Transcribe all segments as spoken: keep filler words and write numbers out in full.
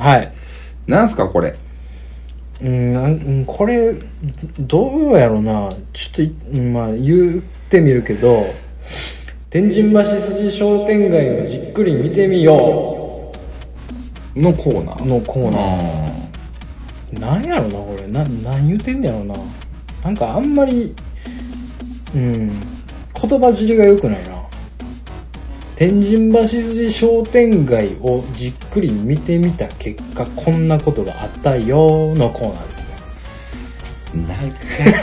はい。 なんすかこれ。 うんなんこれどうやろうな。ちょっとまあ言ってみるけど、天神橋筋商店街をじっくり見てみようのコーナーのコーナー。なんやろなこれ。な何言うてんねやろな。なんかあんまりうん言葉尻が良くないな。天神橋筋商店街をじっくり見てみた結果こんなことがあったよのコーナーですね。 なんか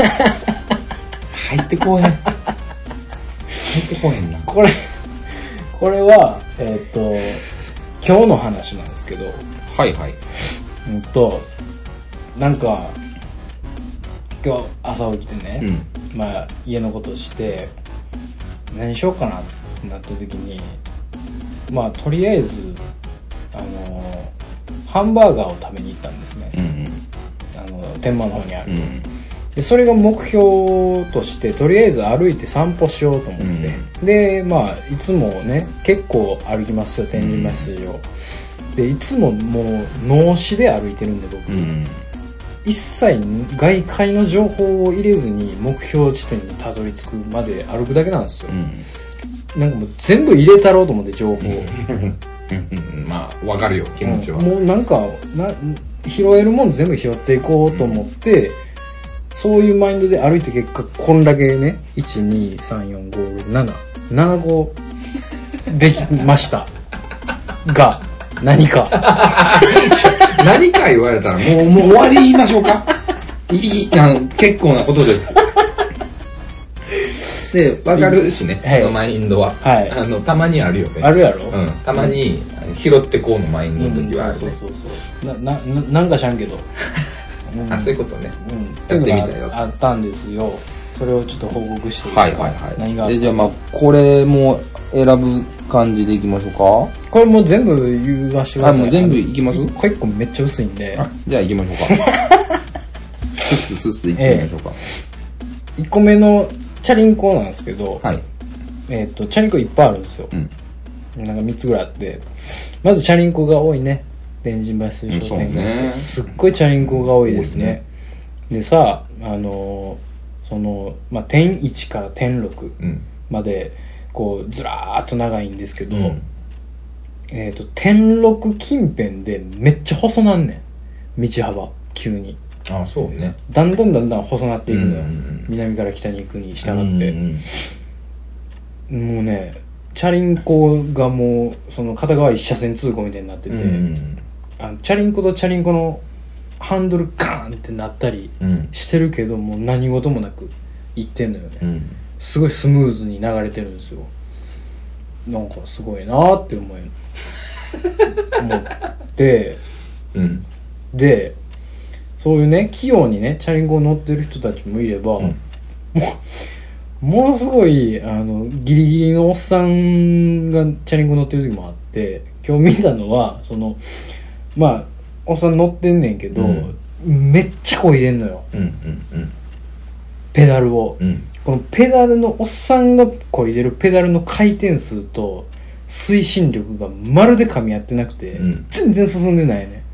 入ってこうへん入ってこへんな。 これこれはえっと今日の話なんですけど、 はいはい。 うんとなんか今日朝起きてね、うん、まあ家のことして何しようかなってなった時に、まあとりあえずあのハンバーガーを食べに行ったんですね、うんうん、あの天満の方にある、うん、でそれが目標としてとりあえず歩いて散歩しようと思って、うん、でまあいつもね結構歩きますよ天神橋筋を、うん、でいつももう脳死で歩いてるんで僕、うん、一切外界の情報を入れずに目標地点にたどり着くまで歩くだけなんですよ、うん、なんかもう全部入れたろうと思って情報まあわかるよ気持ちは、 うん、もうなんかな拾えるもん全部拾っていこうと思って、うん、そういうマインドで歩いて結果こんだけね いちにさんよんごろくななななこできましたが何か何か言われたらもうもう終わり言いましょうかいいあの結構なことですで分かるしね、はい、のマインドは、はい、あのたまにあるよね。 あるやろ、うん、 たまに、うん、拾ってこうのマインドの時はあるね、うん、 そうそうそうそうなななんかしゃんけど、 うん、あそういうことね、うん、やってみたよあったんですよ。それをちょっと報告していいですか。はいはいはい。何がでじゃあまあこれも選ぶ感じでいきましょうか。 これもう全部言わしてください。 あもう全部いきます。 一個一個めっちゃ薄いんで。 じゃあいきましょうかスッススッスいってみましょうか、 えー、いっこめのチャリンコなんですけど、 はい、 えっとチャリンコいっぱいあるんですよ、うん、なんかみっつぐらいあって、まずチャリンコが多いね天神橋筋商店街って、ね、すっごいチャリンコが多いですね、うん、でさあのーそのまあ、点いちから点ろくまでこうずらーっと長いんですけど、うん、えーと点ろく近辺でめっちゃ細なんねん道幅急に。 ああそうね。 だんだんだんだん細なっていくのよ、うんうんうん、南から北に行くに従って、うんうん、もうねチャリンコがもうその片側一車線通行みたいになってて、うんうん、あのチャリンコとチャリンコのハンドルガーンってなったりしてるけど、うん、もう何事もなく行ってんのよね、うん、すごいスムーズに流れてるんですよ。なんかすごいなーって思い思って、うん、でそういうね器用にねチャリンコ乗ってる人たちもいれば、うん、もうものすごいあのギリギリのおっさんがチャリンコ乗ってる時もあって、今日見たのはそのまあおっさん乗ってんねんけど、うん、めっちゃ漕いでんのよ、うんうんうん、ペダルを、うん、このペダルのおっさんが漕いでるペダルの回転数と推進力がまるで噛み合ってなくて、うん、全然進んでないね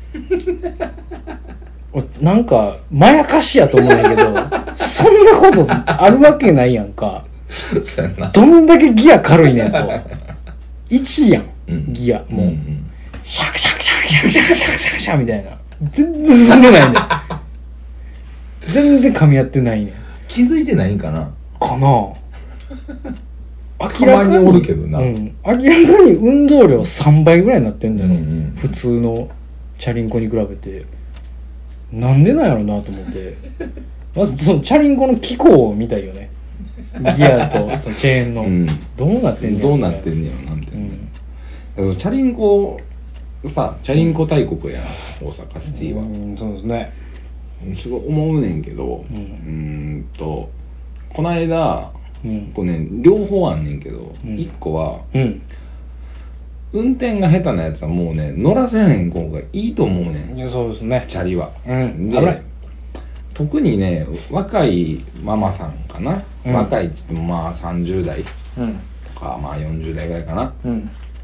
なんかまやかしやと思うんやけどそんなことあるわけないやんかどんだけギア軽いねんといちやん、うん、ギアもう、うんうん、シャクシャクシャクシャクシャクシャクシャクシャクみたいな全然進んでないねん全然噛み合ってないねん。 気づいてないんかなかな明らかにおるけどな、 うん、明らかに運動量さんばいぐらいになってんだよ、うんうん、普通のチャリンコに比べて。なんでなんやろなと思ってまずそのチャリンコの機構を見たいよね。ギアとそのチェーンの、うん、どうなってんねやどうなってんねやなんて、うん、チャリンコさチャリンコ大国やな、うん、大阪シティは、うん、 そうですね。 すごい思うねんけど、うん、うーんとこないだ、うん、こうね両方あんねんけど、うん、いっこは、うん、運転が下手なやつはもうね乗らせへん方がいいと思うねん。 いやそうですねチャリは、 うん、 で、はい、特にね若いママさんかな、うん、若いって言ってもまあさんじゅうだいとか、うん、まあよんじゅうだいぐらいかな、うん、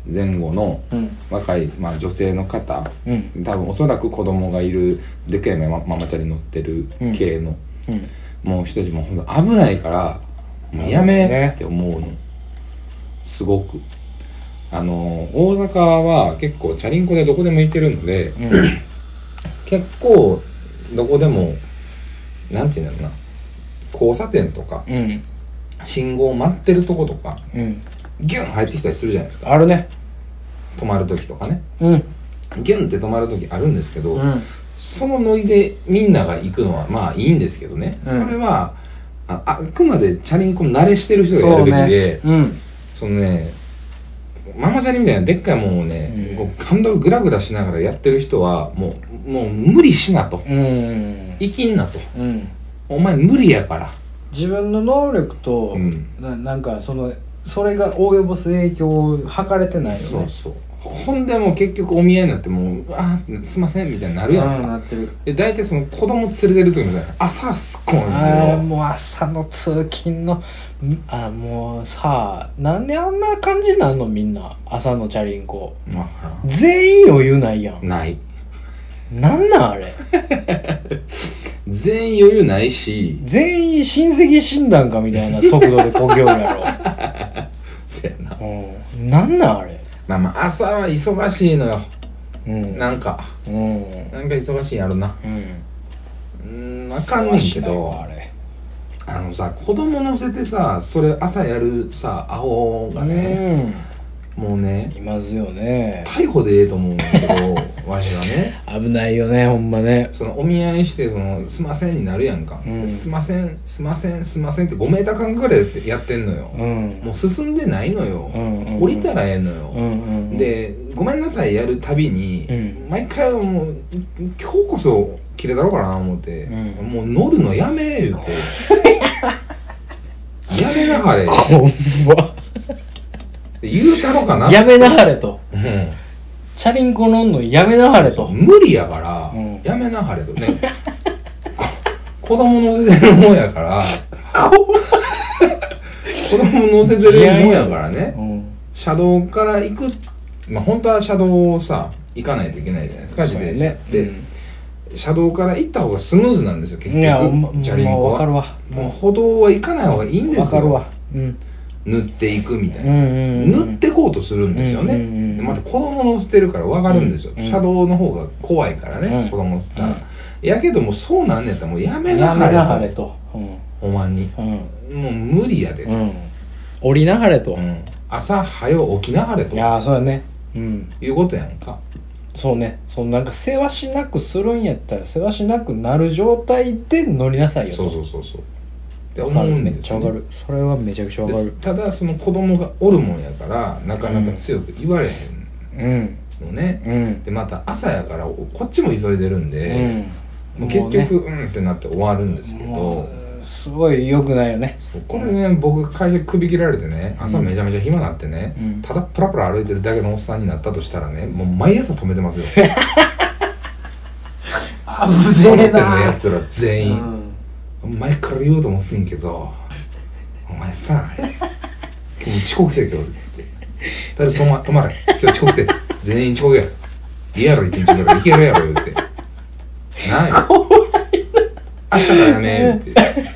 前後の若い、まあ、女性の方、うん、多分おそらく子供がいるでっかいママチャリ乗ってる系の、うんうん、もう人たちもほんと危ないからもうやめって思うの、すごく。あの大阪は結構チャリンコでどこでも行けるので、うん、結構どこでもなんていうんだろうな、交差点とか、うん、信号待ってるとことか、うん、ギュン入ってきたりするじゃないですか。 あるね。 止まる時とかね、うん、ギュンって止まる時あるんですけど、うん、そのノリでみんなが行くのはまあいいんですけどね、うん、それは あ, あくまでチャリンコ慣れしてる人がやるべきで、そ,、ねうん、そのねママチャリみたいなでっかいもんをね、うん、こうハンドルグラグラしながらやってる人はもうもう無理しなと、うん、生きんなと、うん、お前無理やから自分の能力と、うん、な, なんかそのそれが及ぼす影響を測れてないよね。 そうそう。ほんでもう結局お見合いになってもうあーすいませんみたいになるやんか。 なってる。 で大体その子供連れてる時も朝すっごいああもう朝の通勤のあもうさあなんであんな感じになるのみんな朝のチャリンコ、まあ、全員余裕ないやん。 ないなんなんあれ全員余裕ないし全員親戚診断かみたいな速度でこぎょうやろそうやな、 うん、なんなんあれ。 まあまあ朝は忙しいのよ、うん、なんか、うん、なんか忙しいやろな、うん、うん、あかんねんけどあれあのさ子供乗せてさそれ朝やるさアホがね、うん、もうねいますよね。 逮捕でええと思うんだけどわしはね危ないよねほんまね。 そのお見合いしてそのすませんになるやんか、うん、すませんすませんすませんってごメーター間ぐらいでやってんのよ、うん、もう進んでないのよ、うんうんうん、降りたらええのよ、うんうんうん、でごめんなさいやるたびに、うん、毎回もう今日こそ切れたろうかな思って、うん、もう乗るのやめ言うてやめなはれこんば言うたろかなやめなはれと、うん、チャリンコ乗んのやめなはれと無理やから、うん、やめなはれとね子供乗せてるもんやから子供乗せてるもんやからね、うん、車道から行くまあ本当は車道をさ行かないといけないじゃないですか自転車って、ねうん、車道から行った方がスムーズなんですよ結局。いやチャリンコは分かるわ。 もう歩道は行かない方がいいんですよ。分かるわ、うん塗っていくみたいな、うんうんうん、塗ってこうとするんですよね、うんうんうん、また子供乗せてるから分かるんですよ、うんうん、車道の方が怖いからね、うん、子供乗せたら、うん、やけどもそうなんねやったらもうやめなはれと、やめなはれと、うん、おまんに、うん、もう無理やでと、うん、 降りなはれと、うん、朝早起きなはれと、 いやそうやね、うん、 いうことやんか。 そうね、そのなんか世話しなくするんやったら世話しなくなる状態で乗りなさいよと。 そうそうそうそう思うんですよね。 めっちゃわかる。それはめちゃくちゃわかる。 ただその子供がおるもんやからなかなか強く言われへんのね、うんうん、でまた朝やからこっちも急いでるんで、うん、もう結局う、ね、うんってなって終わるんですけどすごい良くないよね。 これね僕会社首切られてね朝めちゃめちゃ暇なってね、うん、ただプラプラ歩いてるだけのおっさんになったとしたらねもう毎朝止めてますよ危ねえなやつら全員、うん前から言おうと思ってんけどお前さ今日遅刻せえ今日つってとりあえず止ま止まれ今日遅刻せえ全員遅刻やいいやろ一日ぐらいいけるやろ言うてなんや明日からやめ言うて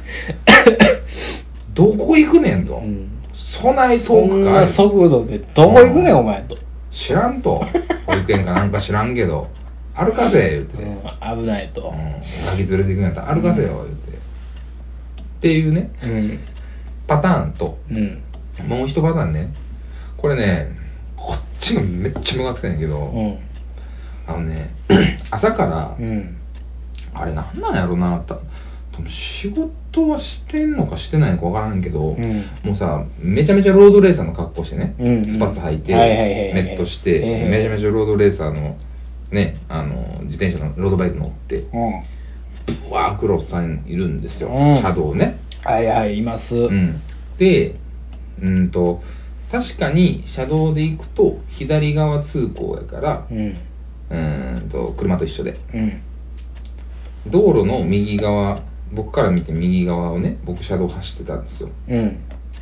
どこ行くねんと、うん、そない遠くかそんな速度でどこ行くねんお前と知らんと保育園かなんか知らんけど歩かせ言うて、 うん、危ないと、うん、 ガキ連れて行くんやったら歩かせよ言うて、っていうね、うん、パターンと、うん、もう一パターンねこれねこっちがめっちゃムカつくんやけど、うん、あのね朝から、うん、あれなんなんやろな多分仕事はしてんのかしてないのか分からんけど、うん、もうさめちゃめちゃロードレーサーの格好してね、うんうん、スパッツ履いて、はいはいはいはい、メットして、はいはい、めちゃめちゃロードレーサーのねあの自転車のロードバイク乗って、うんブワークロスさんいるんですよ、うん、車道ねはいはいいます、 うん、でうんと確かに車道で行くと左側通行やから、うん、うんと車と一緒で、うん、道路の右側僕から見て右側をね僕車道走ってたんですよ、うん、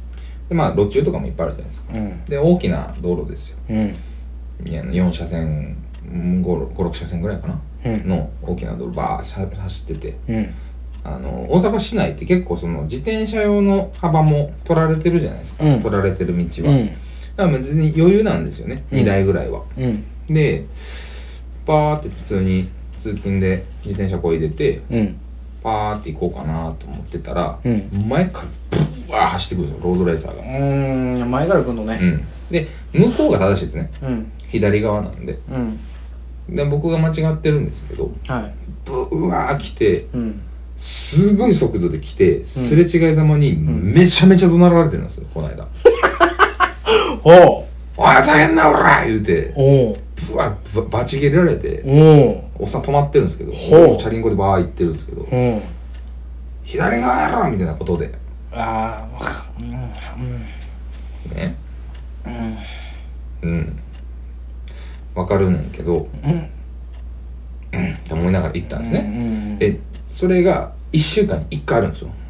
でまあ路中とかもいっぱいあるじゃないですか、うん、で大きな道路ですよ、うん、よん車線ご、ろく車線ぐらいかな、うん、の大きな道路バーッ走ってて、うん、あの大阪市内って結構その自転車用の幅も取られてるじゃないですか、うん、取られてる道は、うん、だから別に余裕なんですよね、うん、にだいぐらいは、うん、でバーって普通に通勤で自転車こいでて、うん、パーって行こうかなと思ってたら、うん、前からブワー走ってくるんですよロードレーサーが。うーん前から来るのね、うん、 で向こうが正しいですね、うん、左側なんで、うん、で僕が間違ってるんですけど、はい、ブワー来て、うん、すごい速度で来て、すれ違いざまにめちゃめちゃ怒鳴られてるんですよこの間。おうおい下げんなおら言うて、おうブワーバチ切れられて、おっさん止まってるんですけど、チャリンコでバー行ってるんですけど、左側やろみたいなことで、ああ、うん、ね、うん、うん、わかるねんけど、うん、って思いながら行ったんですね。うんうん、で、それがいっしゅうかんにいっかいあるんですよ。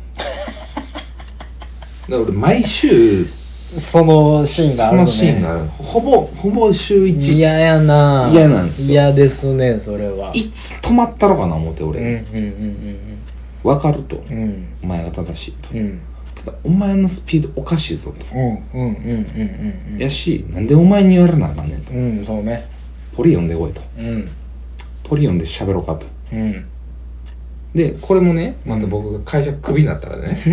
だから俺毎週そのシーンがあるのね。そのシーンがある。 ほぼほぼ週いち。 嫌やな。 嫌なんですよ。 嫌ですねそれは。 いつ止まったのかな思って俺。うんうんうんうん。分かると、うん、お前が正しいと、うん、ただお前のスピードおかしいぞと、うんうんうんうんうんやしなんでお前に言われなあかんねんと、うんそうね、ポリ読んでこいと、うん、ポリ読んで喋ろうかと、うん、でこれもねまた僕が会社クビになったらね、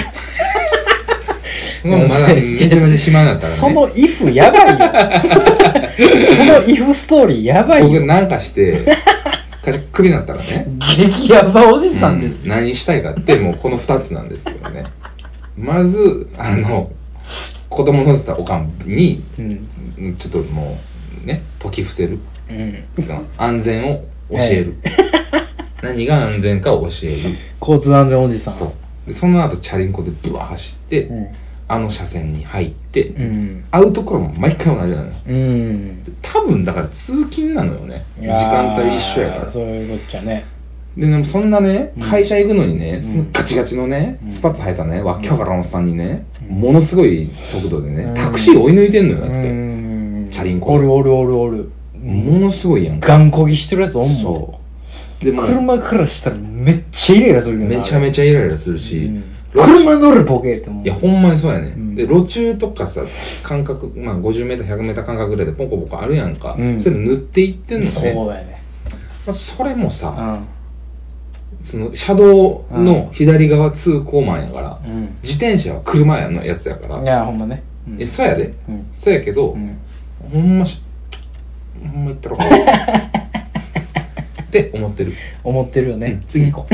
うん、まだめちゃめちゃ暇になったらねそのイフやばいよそのイフストーリーやばいよ。 僕なんかして会社クビになったらね激ヤバおじさんですよ、 うん、何したいかってもうこのふたつなんですけどねまずあの子供乗せたおかんに、うん、ちょっともうね説き伏せる、うん、安全を教える、えー、何が安全かを教える交通安全おじさん。 そうでその後チャリンコでブワー走って、うん、あの車線に入って、うん、会うところも毎回同じなのよ、うん、多分だから通勤なのよね、時間帯一緒やから。 そういうこっちゃね。 でもそんなね会社行くのにね、うん、そのガチガチのね、うん、スパッツ履いたねわっきゃわからんおっさんにね、うん、ものすごい速度でね、うん、タクシー追い抜いてんのよだって、うん、チャリンコでおるおるおるおるものすごいやんガンこぎしてるやつおんもん。そうでも車からしたらめっちゃイライラするけどめちゃめちゃイライラするし、うん、 車乗るボケって思う。 いやほんまにそうやね、うん、で路中とかさ間隔まあ ごじゅうメーターひゃくメーター間隔ぐらいでポコポコあるやんか、うん、それ塗っていってんのね。そうやね、まあ、それもさ、うんその車道の左側通行マンやから、うん、自転車は車やのやつやから。 いやほんまね、 うん、えそうやで、うん、そうやけど、うん、ほんましほんま言ったろって思ってる思ってるよね、 うん、次行こ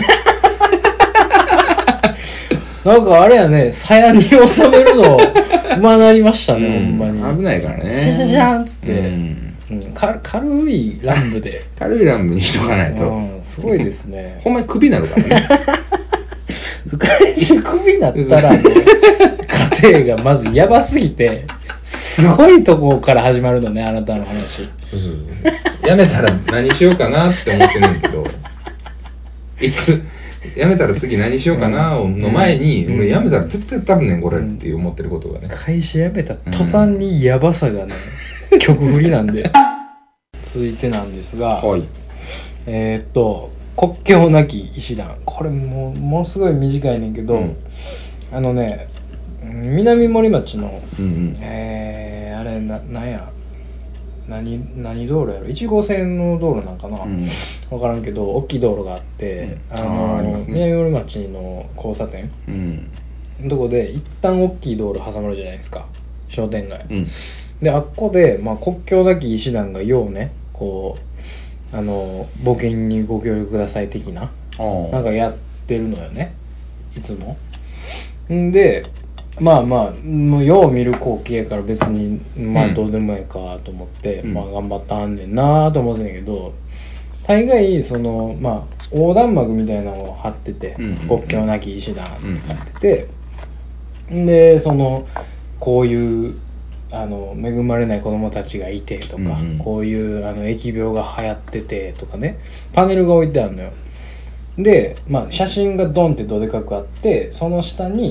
うなんかあれやね鞘に収めるのうまなりましたね、 うん、 ほんまに危ないからねシャシャシャンっつって、うんうん、軽, 軽い乱舞で軽い乱舞にしとかないと、うん、 すごいですねほんまにクビになるからね会社クビになったらね家庭がまずやばすぎてすごいとこから始まるのねあなたの話。 そうそうそうやめたら何しようかなって思ってるんだけどいつやめたら次何しようかなの前に、うん、俺やめたら絶対多分ねんこれって思ってることがね、 会社辞めた途端にヤバさがね、うん、曲振りなんで続いてなんですが、はい、えー、っと国境なき医師団これもうものすごい短いねんけど、うん、あのね南森町の、うんうん、えー、あれななんや何何道路やろいち号線の道路なんかな、うん、分からんけど大きい道路があって、うん、あのあ、ね、南森町の交差点、うん、のとこで一旦大きい道路挟まるじゃないですか商店街、うん、であっこで、まあ、国境なき医師団がようねこうあの募金にご協力ください的ななんかやってるのよねいつもんでまあまあもうよう見る光景やから別にまあどうでもいいかと思って、うん、まあ頑張ったはんねんなと思ってんねんけど大概そのまあ横断幕みたいなのを貼ってて、うん、国境なき医師団って貼ってて、うん、でそのこういうあの恵まれない子供たちがいてとか、うんうん、こういうあの疫病が流行っててとかねパネルが置いてあるのよ。で、まあ、写真がドンってどでかくあってその下に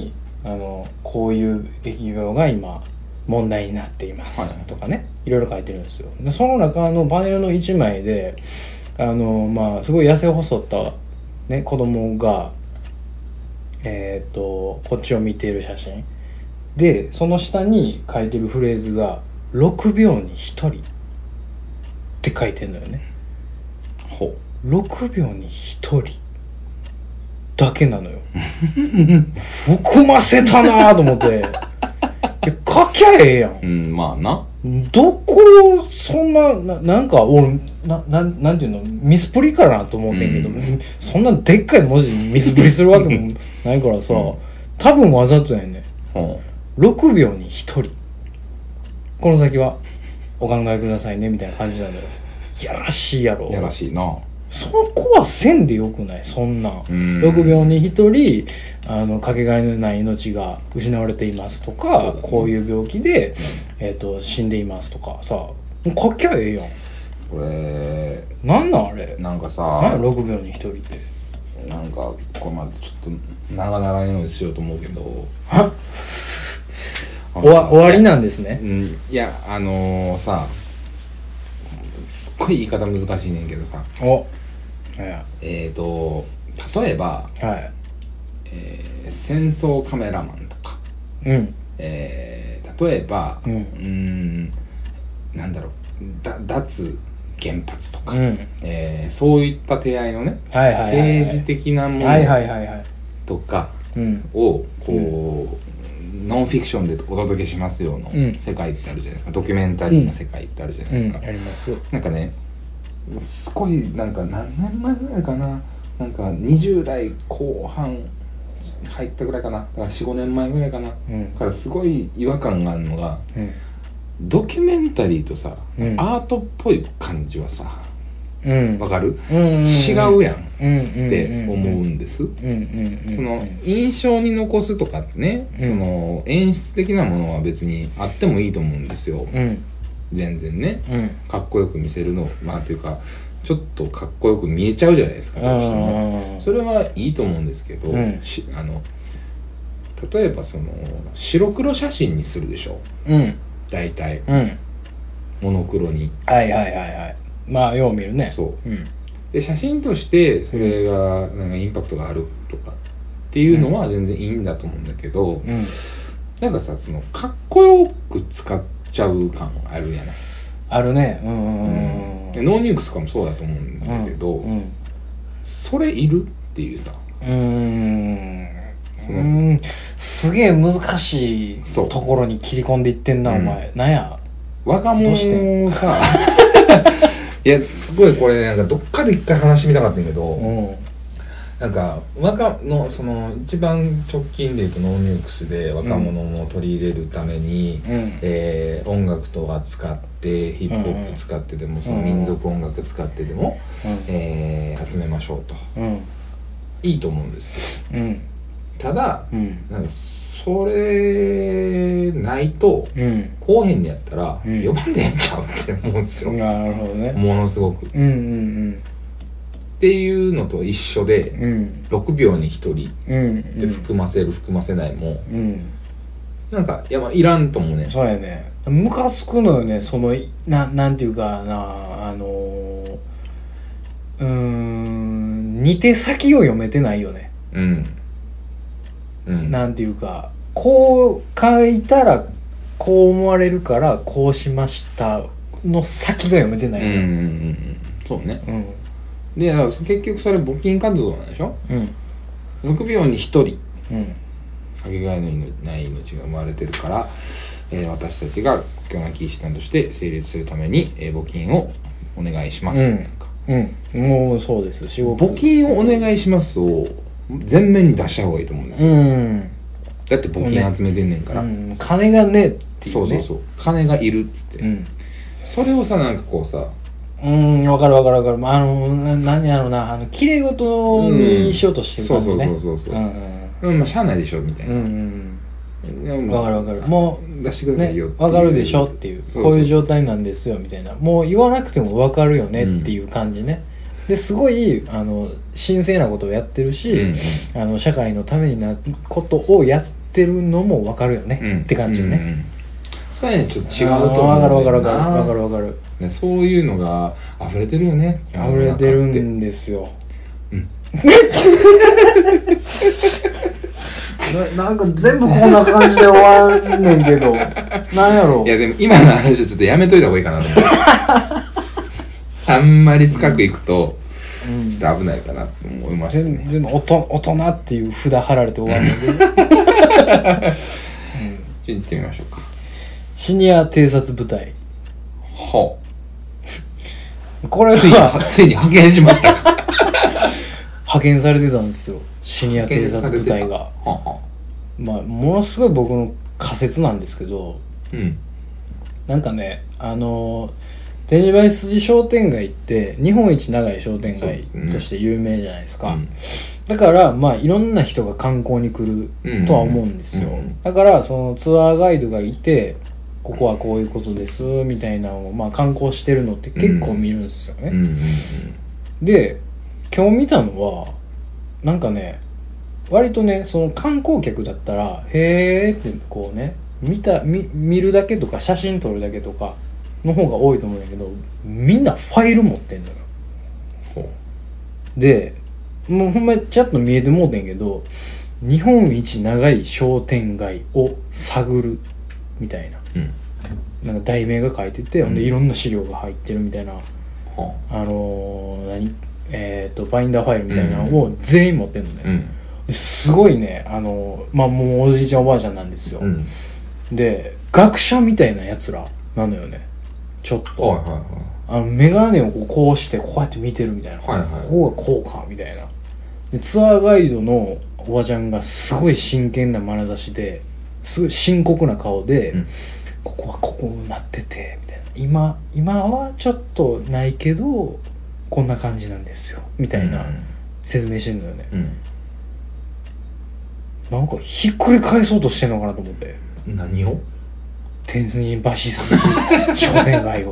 あのこういう疫病が今問題になっていますとかね、はい、いろいろ書いてるんですよ。でその中のパネルのいちまいであのまあすごい痩せ細った、ね、子供がえっとこっちを見ている写真で、その下に書いてるフレーズがろくびょうにひとりって書いてんのよね。 ほうろくびょうにひとりだけなのよ含ませたなと思って書きゃええやん。 うん、まあな。 どこそんな な, なんか俺 な, な, なんていうのミスプリかなと思うねんけど、うん、そんなでっかい文字ミスプリするわけもないからさ、うん、多分わざとやね、うん、ろくびょうにひとりこの先はお考えくださいねみたいな感じなんだよ。やらしいやろ。 やらしいな。 そこはせんでよくない？そんなろくびょうにひとりあのかけがえのない命が失われていますとか、ね、こういう病気で、えー、と死んでいますとかさ、書きゃええやん。 これなんなんあれ。 なんかさ、 なんろくびょうにひとりってなんかこれまでちょっと長ならんようにしようと思うけどは終わ終わりなんですね。 うん、いやあのー、さすっごい言い方難しいねんけどさ、 おえーと例えば、はいえー、戦争カメラマンとか、うんえー、例えば、うん、うーんなんだろうだ脱原発とか、うんえー、そういった手合いのね、はいはいはいはい、政治的なものとかをこう、うん、ノンフィクションでお届けしますよの世界ってあるじゃないですか、ドキュメンタリーな世界ってあるじゃないですか、 うんうん、あります。 なんかねすごいなんか何年前ぐらいかな、なんかにじゅうだいこう半入ったぐらいかな、だから よん,ご 年前ぐらいかな、うん、からすごい違和感があるのが、うん、ドキュメンタリーとさ、うん、アートっぽい感じはさ、うん、わかる、うんうんうん、違うやんって思うんです。その印象に残すとかってね、うん、その演出的なものは別にあってもいいと思うんですよ、うん全然ね、うん、かっこよく見せるのまあというかちょっとかっこよく見えちゃうじゃないですか、どうしてもそれはいいと思うんですけど、うん、しあの例えばその白黒写真にするでしょ、うん、大体、うん、モノクロにはいはいはいはいまあよう見るねそう、うん、で写真としてそれがなんかインパクトがあるとかっていうのは全然いいんだと思うんだけど、うん、なんかさそのかっこよく使ってちゃう感あるやない。 あるね。うんうんうん。ノーニュークスとかもそうだと思うんだけど、うんうん、それいるっていうさ。うーん。 そのうんすげえ難しいところに切り込んでいってんな、お前。なんや。 若者をさ、いやすごいこれなんかどっかで一回話してみたかったんやけど。うんなんか若のその一番直近でいうとノーニュークスで若者も取り入れるために、うんえー、音楽とか使ってヒップホップ使ってでも、うん、その民族音楽使ってでも、うんえー、集めましょうと、うん、いいと思うんですよ、うん、ただ、うん、なんかそれないと、うん、こうへんにやったら、うん、呼ばんでええんちゃうって思うんですよ。 なるほどね。 ものすごく。うんうんうんっていうのと一緒で、うん、ろくびょうにひとりって含ませる含ませないも、うん、なんかいやまあいらんともね。 そうやね。ムカつくのよね。そのななんていうかなあのうーん似て先を読めてないよね。うん。うん、なんていうかこう書いたらこう思われるからこうしましたの先が読めてないよね。うんうんうん。 そうね。うん。で結局それ募金活動なんでしょ、うん、ろくびょうにひとり、うん、かけがえのない命が生まれてるから、えー、私たちが国境なき医師団として成立するために、えー、募金をお願いします、うんなんかうん、もうそうです募金をお願いしますを全面に出した方がいいと思うんですよ、うん、だって募金集めてんねんから、うん、 金がねっていうねそうそうそう金がいるっつって、うん、それをさなんかこうさうーん、わかるわかるわかる。あの、な、何やろうな、あの、綺麗事にしようとしてる感じね。 そうそうそうそう。うんうん。まあ、しゃあないでしょ、みたいな。うんうん。わかるわかる。もう、出してくださいよっていう。 わかるでしょっていう。こういう状態なんですよ、みたいな。もう言わなくてもわかるよねっていう感じね。うん、で、すごい、あの、神聖なことをやってるし、うん、あの、社会のためになることをやっってるのも分かるよね、うん、って感じよね、うんうん、 それはねちょっと違うと思う。 分かる分かる分かる分かる分かる、 ね、そういうのが溢れてるよね。 溢れてるんですよ、うんな, なんか全部こんな感じで終わるねんけどなんやろう。 いやでも今の話はちょっとやめといた方がいいかなと思ってあんまり深くいくと、うん、ちょっと危ないかなと思いましたね。 全部大人っていう札貼られて終わるので、うん、ちょっと行ってみましょうか。 シニア偵察部隊。 はあ、これついについに派遣しましたか派遣されてたんですよ、シニア偵察部隊が。はは、まあものすごい僕の仮説なんですけど、うん、なんかね、あの天神橋筋商店街って日本一長い商店街として有名じゃないですか、うん、だからまあいろんな人が観光に来るとは思うんですよ、うんうん、だからそのツアーガイドがいて、ここはこういうことですみたいなのをまあ観光してるのって結構見るんですよね、うんうんうん、で今日見たのはなんかね、割とねその観光客だったらへーってこうね 見た 見, 見るだけとか写真撮るだけとかの方が多いと思うんだけど、みんなファイル持ってんのよ。ほうでもうほんまにちゃっと見えてもうてんけど、日本一長い商店街を探るみたいな、うん、なんか題名が書いてて、うん、ほんでいろんな資料が入ってるみたいな、うん、あのー、何えーとバインダーファイルみたいなのを全員持ってんのね、うん、ですごいね、あのまあもうおじいちゃんおばあちゃんなんですよ、うん、で学者みたいなやつらなのよね、ちょっと、はいはいはい、あのメガネをこう、こうしてこうやって見てるみたいな、はいはい、ここがこうかみたいな。でツアーガイドのおばちゃんがすごい真剣な眼差しですごい深刻な顔で、うん、ここはここになっててみたいな、今今はちょっとないけどこんな感じなんですよみたいな説明してるのよね、うん、なんかひっくり返そうとしてんのかなと思って。 何を？ 天神橋筋商店街を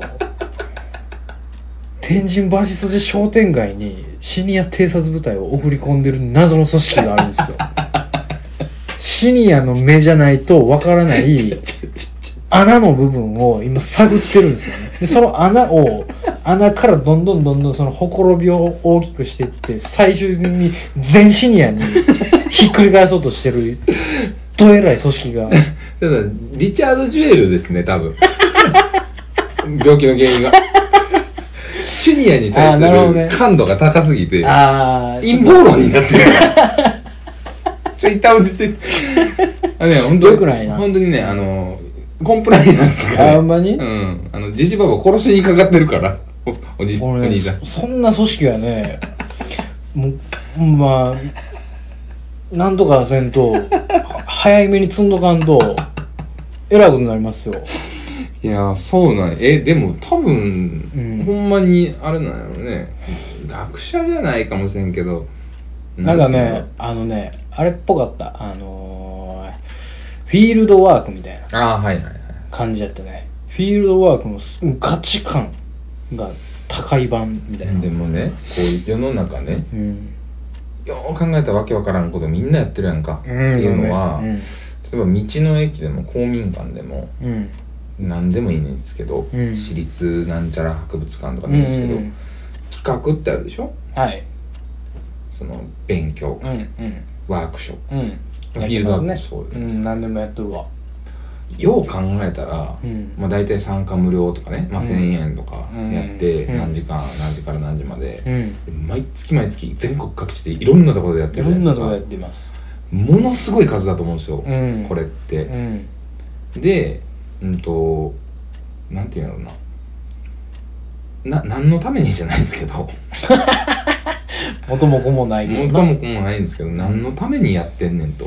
天神橋筋商店街にシニア偵察部隊を送り込んでる謎の組織があるんですよシニアの目じゃないとわからない穴の部分を今探ってるんですよね。でその穴を穴からどんどんどんどんそのほころびを大きくしていって、最終的に全シニアにひっくり返そうとしてるどえらい組織がただリチャード・ジュエルですね、多分病気の原因がシニアに対する感度が高すぎて、あ、ね、陰謀論になってるちょ一旦落ち着いてあ、ね、本当よくないな、本当にね、あのコンプライアンスが、ね、あんまに、うん、あのジジババ殺しにかかってるからお, おじお兄さんそ, そんな組織はねもうまあなんとかせんと早めに積んどかんとえらいことになりますよ。 いやそうなんえでも多分、うん、ほんまにあれなんやろね、学者じゃないかもしれんけど、 なんかねあのねあれっぽかった、あのー、フィールドワークみたいな感じやったね。フィールドワークのガチ感が高い版みたいな。 でもねこういう世の中ね、うん、よー考えたらわけわからんことみんなやってるやんか、うん、っていうのは、うん、例えば道の駅でも公民館でも、うん、何でもいいんですけど、うん、私立なんちゃら博物館とかでいいんですけど、うんうん、企画ってあるでしょ、はい、その勉強会、うんうん、ワークショップ、うん、フィールドワークもそうです、 うん、何でもやっとるわ。 よう考えたら、うん、まあ大体参加無料とかね、まあ、せんえんとかやって、うん、何時間何時から何時まで、うん、毎月毎月全国各地でいろんなところでやってるじゃないですか。いろんなところでやってます。ものすごい数だと思うんですよ、うん、これって、うん、でうんとなんていうんだろうな、な何のためにじゃないんですけど元も子もないけど元も子もないんですけど、何のためにやってんねんと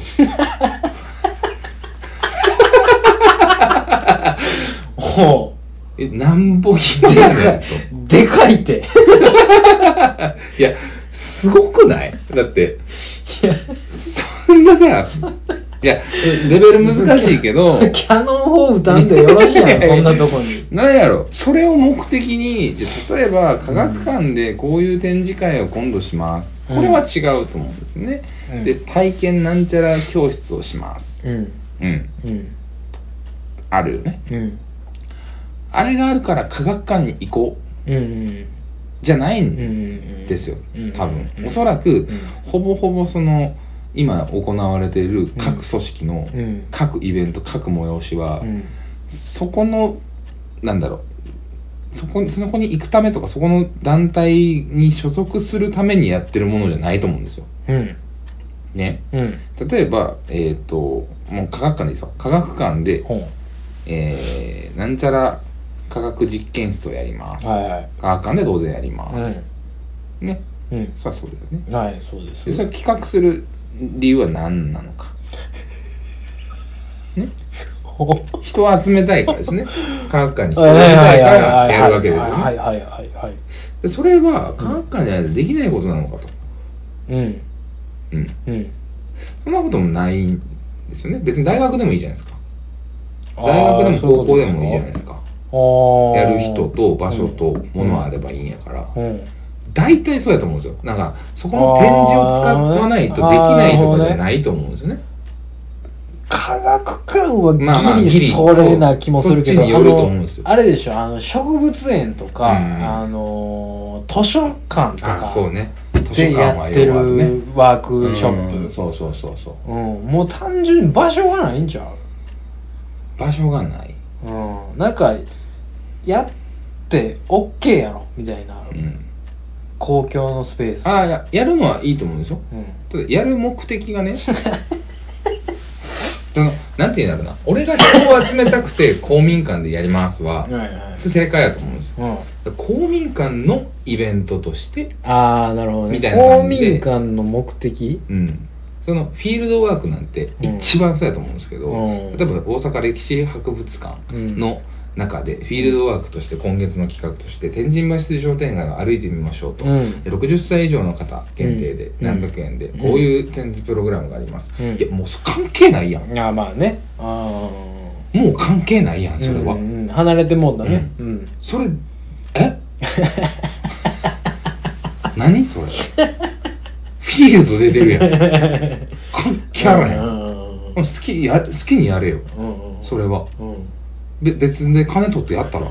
ほうえなんぼひでやねんとでかいっていやすごくないだっていやそんなさいやレベル難しいけどキャノン砲歌んでよろしいやんそんなとこになんやろそれを目的にじゃ例えば科学館でこういう展示会を今度します、うん、これは違うと思うんですね、うん、で体験なんちゃら教室をしますうんうん、うん、あるよね、うん、あれがあるから科学館に行こう、うんうん、じゃないんですよ多分、うん、おそらく、うん、ほぼほぼその今行われている各組織の各イベント、各催しは、うん、そこのなんだろうそこにその子に行くためとかそこの団体に所属するためにやってるものじゃないと思うんですよ。うん、ね、うん、例えばえっともう科学館でいいですよ。科学館で、うん、えー、なんちゃら科学実験室をやります。はいはい、科学館で当然やります。うん、ね、うん、そりゃそうだよね。はい、そうです。でそれ企画する理由は何なのかね人を集めたいからですね科学館に人を集めたいからやるわけですよねはいはいはいはいそれは科学館じゃないとできないことなのかとうんうんうんそんなこともないんですよね別に大学でもいいじゃないですか大学でも高校でもいいじゃないですかやる人と場所とものあればいいんやから、うんうん大体そうやと思うんですよ。なんかそこの展示を使わないとできないとかじゃないと思うんですよね。 科学館はギリそれな気もするけど、まあまあ、ギリそっちによると思うんですよ。あれでしょあの植物園とか、うん、あの図書館とかそうねでやってるワークショップ、 うん、そうそうそうそう、 うん、もう単純に場所がないんちゃう場所がない、 うん、なんかやって OK やろみたいな、うん公共のスペースああ や, やるのはいいと思うんですよ、うん、ただやる目的がねそのなんていうんだろうな俺が人を集めたくて公民館でやりますは正解やと思うんですよ、うん、公民館のイベントとしてああなるほどねみたいな感じで公民館の目的うんそのフィールドワークなんて一番そうやと思うんですけど、うん、例えば大阪歴史博物館の、うん中でフィールドワークとして今月の企画として天神橋筋商店街を歩いてみましょうと、うん、ろくじゅっさい以上の方限定で何百円でこういう展示プログラムがあります、うん、いやもう関係ないやんあまあねあもう関係ないやんそれは、 うんうん、離れてもんだね、うんうん、 それえ何それフィールド出てるやん関係あらへん、うんうん、好きや好きにやれよ、うんうん、それは、うんべ別で金取ってやったら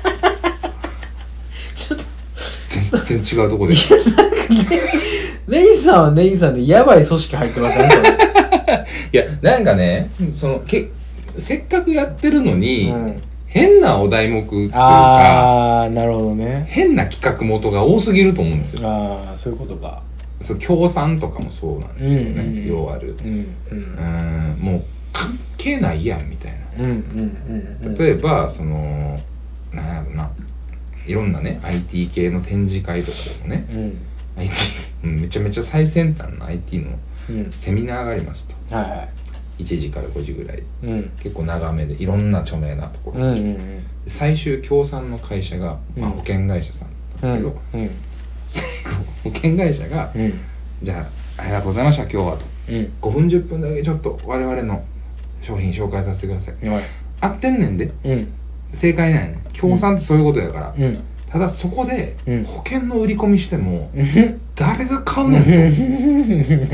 ちょっと全然違うとこでネイさんはネイさんでやばい組織入ってません、ね、 いやなんかねそのけせっかくやってるのに、うん、変なお題目っていうかああなるほどね変な企画元が多すぎると思うんですよああそういうことかそう協賛とかもそうなんですけどね、うんうん、要ある、うんうん、うんもう関係ないやんみたいなうんうんうんうん、例えばそのなんやろないろんなね アイティー 系の展示会とかでもね、うん、アイティー めちゃめちゃ最先端の アイティー のセミナーがありますと、うんはいはい、いちじからごじぐらい、うん、結構長めでいろんな著名なところ、うんうんうん、最終協賛の会社が、まあ、保険会社さんなんですけど、うんうん、最後保険会社が、うん、じゃあありがとうございました今日はと、うん、ごふんじゅっぷんだけちょっと我々の商品紹介させてください、はい、合ってんねんで、うん、正解ないね協賛ってそういうことやから、うん、ただそこで保険の売り込みしても、うん、誰が買うねんと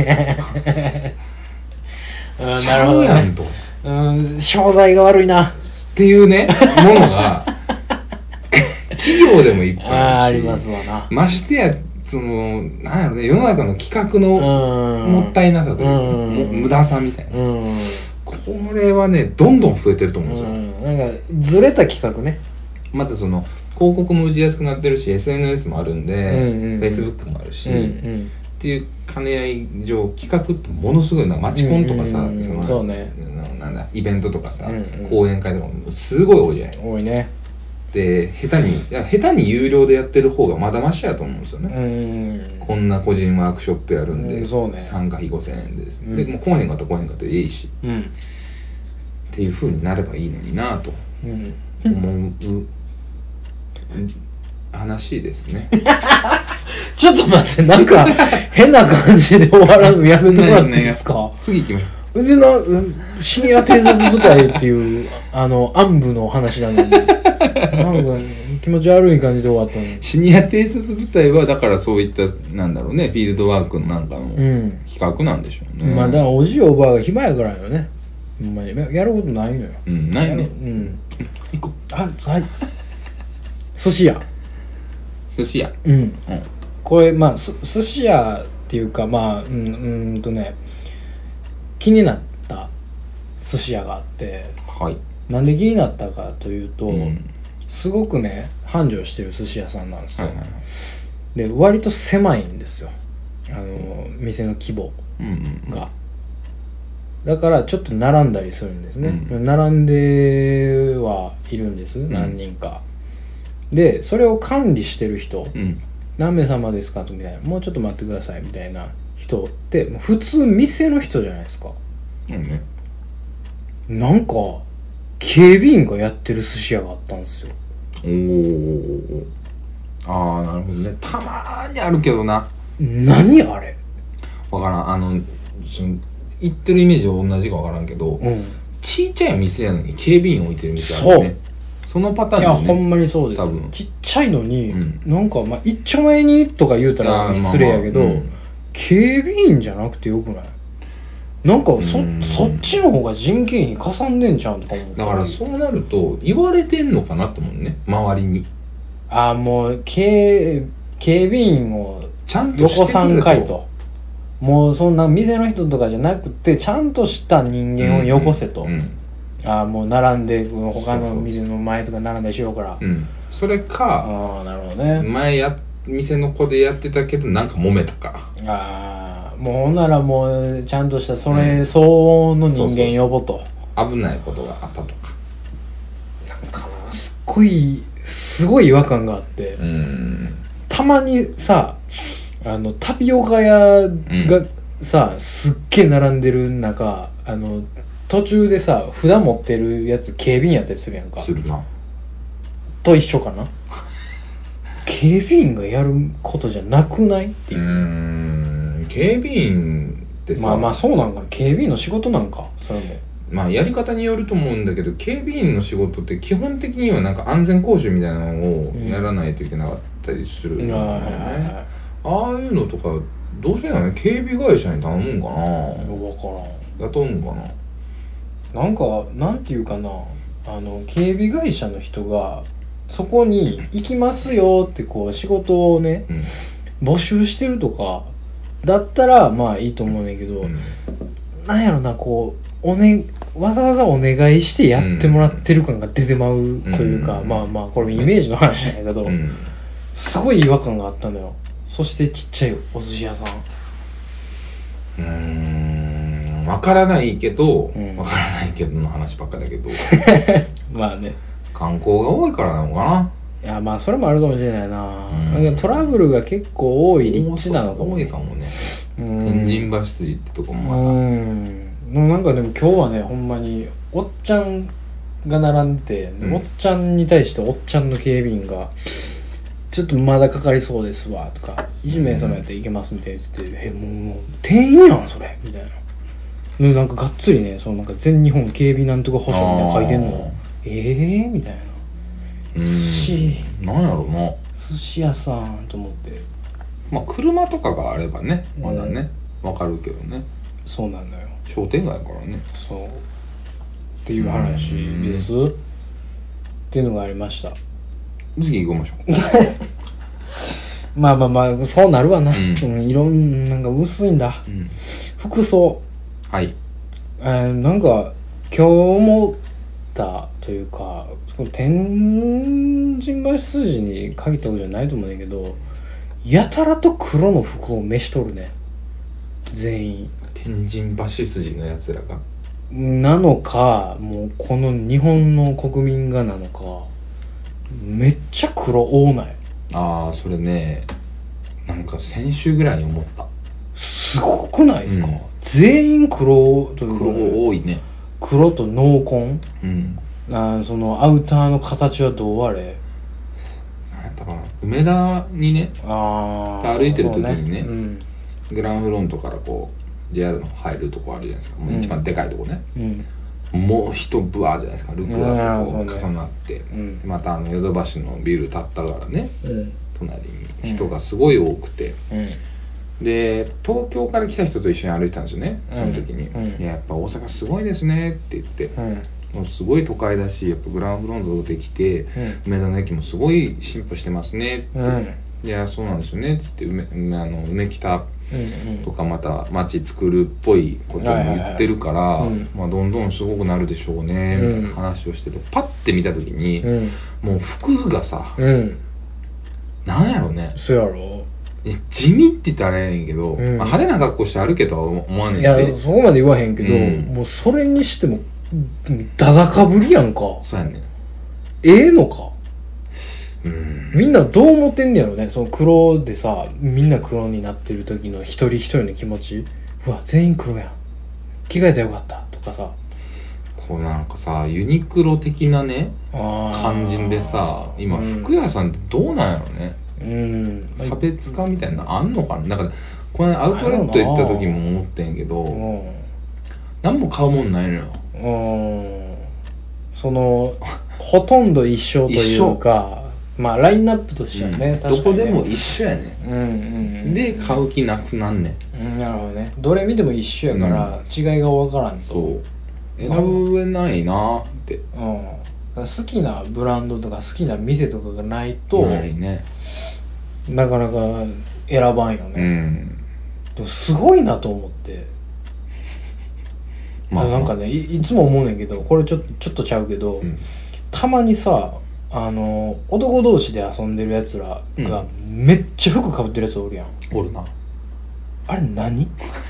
ちゃうやんと、 うん、商材が悪いなっていうねものが企業でもいっぱいあるしあ, ありますわなましてやそのなんやろね世の中の企画のもったいなさというか無駄さみたいなこれはねどんどん増えてると思うんですよ、うん、 なんかずれた企画ねまたその広告も打ちやすくなってるし エスエヌエス もあるんで、うんうんうん、Facebook もあるし、うんうん、っていう兼ね合い上企画ってものすごいなマチコンとかさ、うんうんうん、そうねなんだイベントとかさ、うんうん、講演会とかもすごい多いじゃない多いねで下手にいや下手に有料でやってる方がまだマシやと思うんですよね、うん、こんな個人ワークショップやるんで、うんそうね、参加費ごせんえんでです、ねうん、でもう来へんかったら来へんかったらいいし、うん、っていう風になればいいのになと思う、うん、話ですねちょっと待ってなんか変な感じで終わらんのやめてもらっていいですか次行きましょ別になシニア偵察部隊っていうあの暗部の話なのになんか気持ち悪い感じで終わったのに。 シニア偵察部隊はだからそういったなんだろうねフィールドワークなんかの企画なんでしょうね、 うん、まあだからおじいおばあが暇やからよね。ほんまにやることないのよ。 うんないね。 うん行こう。 あはい寿司屋寿司屋うん、うん、これまあす寿司屋っていうかまあうんうんとね気になった寿司屋があって、 はい、 なんで気になったかというと、うん、すごくね繁盛してる寿司屋さんなんですよ、はいはいはい、で割と狭いんですよあの、うん、店の規模が、うんうんうん、だからちょっと並んだりするんですね、うん、並んではいるんです、うん、何人かでそれを管理してる人、うん、何名様ですかとみたいなもうちょっと待ってくださいみたいな人って普通店の人じゃないですか、うんね、なんか警備員がやってる寿司屋があったんですよ。 おーああなるほどね。たまーにあるけどな。 何あれわからん。あの言ってるイメージは同じかわからんけど、うん、ちっちゃい店やのに警備員置いてる店あるよね。そのパターンだね。いやほんまにそうです。多分ちっちゃいのに、うん、なんかまあ一丁前にとか言うたら失礼やけど、まあまあうん、警備員じゃなくてよくない？なんかそそっちの方が人件費かさんでんじゃんとか思って。 だからそうなると言われてんのかなと思うね周りに。 ああもう警警備員をちゃんと横さんかいと。もうそんな店の人とかじゃなくてちゃんとした人間をよこせと、うんうん、ああもう並んで他の店の前とか並んだりしようから、 うん、それかああなるほどね前や店の子でやってたけどなんか揉めたかああもうほんならもうちゃんとしたそれ相応の人間呼ぼうと、うん、そうそうそう危ないことがあったとかなんかなすっごいすごい違和感があってうんたまにさあのタピオカ屋がさ、うん、すっげえ並んでる中あの途中でさ札持ってるやつ警備員やったりするやんかするなと一緒かな警備員がやることじゃなくないっていううーん警備員ってさまあまあそうなんかな警備員の仕事なんかそれもまあやり方によると思うんだけど警備員の仕事って基本的にはなんか安全講習みたいなのをやらないといけなかったりするんだよね、うんああいうのとかどうせなの警備会社に頼むんかな分からん雇うんかななんかなんていうかなあの警備会社の人がそこに行きますよってこう仕事をね、うん、募集してるとかだったらまあいいと思うねんけど、うん、なんやろなこうおねわざわざお願いしてやってもらってる感が出てまうというか、うん、まあまあこれイメージの話なんやけど、うん、すごい違和感があったのよそしてちっちゃいお寿司屋さんうーん分からないけど、うん、分からないけどの話ばっかだけどまあね観光が多いからなのかな。 いやまあそれもあるかもしれないな、うん、なんかトラブルが結構多い立地なのかも、 ね、多いかもね天神橋筋ってとこもまたうんなんかでも今日はねほんまにおっちゃんが並んでて、うん、おっちゃんに対しておっちゃんの警備員がちょっとまだかかりそうですわとかいち名様やったらいけますみたいに言ってて、うん、えもうもう店員やんそれみたいななんかがっつりねそのなんか全日本警備なんとか保証みたいな書いてんのええー、みたいな寿司なんやろな寿司屋さんと思ってまあ車とかがあればねまだねわ、うん、かるけどねそうなんだよ商店街やからねそうっていう話ですっていうのがありました次行きましょうまあまあまあそうなるわな、うんうん、いろんなんか薄いんだ、うん、服装はいえー、なんか今日思ったというか天神橋筋に限ったことじゃないと思うんだけどやたらと黒の服を召しとるね全員天神橋筋のやつらがなのかもうこの日本の国民がなのかめっちゃ黒多ないああそれねなんか先週ぐらいに思ったすごくないですか、うん、全員黒というか、 ね、黒多いね黒と濃紺、うん、あそのアウターの形はどうあれ何やったかな梅田にねあ歩いてる時にね、ねうん、グランフロントからこうジェイアール の入るとこあるじゃないですか、もう一番でかいとこね、 うん、 もう人ブワーじゃないですか、ルクワとこう重なって、 うん、 でまたあのヨドバシのビル建ったからね、うん、隣に人がすごい多くて、うん、で東京から来た人と一緒に歩いてたんですよね、その時に、うん、いややっぱ大阪すごいですねって言って、うん、もうすごい都会だし、やっぱグランフロントできて、うん、梅田の駅もすごい進歩してますねって、うん、いやそうなんですよねって言って、梅あの梅北とかまた街作るっぽいことも言ってるから、まあ、どんどんすごくなるでしょうねみたいな話をしてて、パッて見た時に、うん、もう服がさ、うん、なんやろうね、 そうやろ、 地味って言ったらあれやねんけど、うん、まあ、派手な格好して歩けとは思わねんけど、 いやそこまで言わへんけど、うん、もうそれにしてもだだかぶりやんか。 そうやねん。 ええのか、うん、みんなどう思ってんねやろね、その黒でさ、みんな黒になってる時の一人一人の気持ち、うわ全員黒やん、着替えたらよかったとかさ、 こうなんかさユニクロ的なね感じでさ、今服屋さんってどうなんやろね、うん、差別化みたいなのあんのかな。だからこのアウトレット行った時も思ってんけど、うん、何も買うもんないのよ、 うん、そのほとんど一緒というか、まあラインナップとしてはね、うん、確かにね、 どこでも一緒やね、うんうんうん、で買う気なくなんね、 うん、なるほどね、どれ見ても一緒やから、うん、違いが分からんと、 そう選べないなって、 うん、好きなブランドとか好きな店とかがないとないね、 なかなか選ばんよね、うん、でもすごいなと思って、まあ、なんかね い, いつも思うねんけど、これちょっとちょっとちゃうけど、うん、たまにさ、あの男同士で遊んでるやつらがめっちゃ服かぶってるやつおるやん、 おるな、 あれ何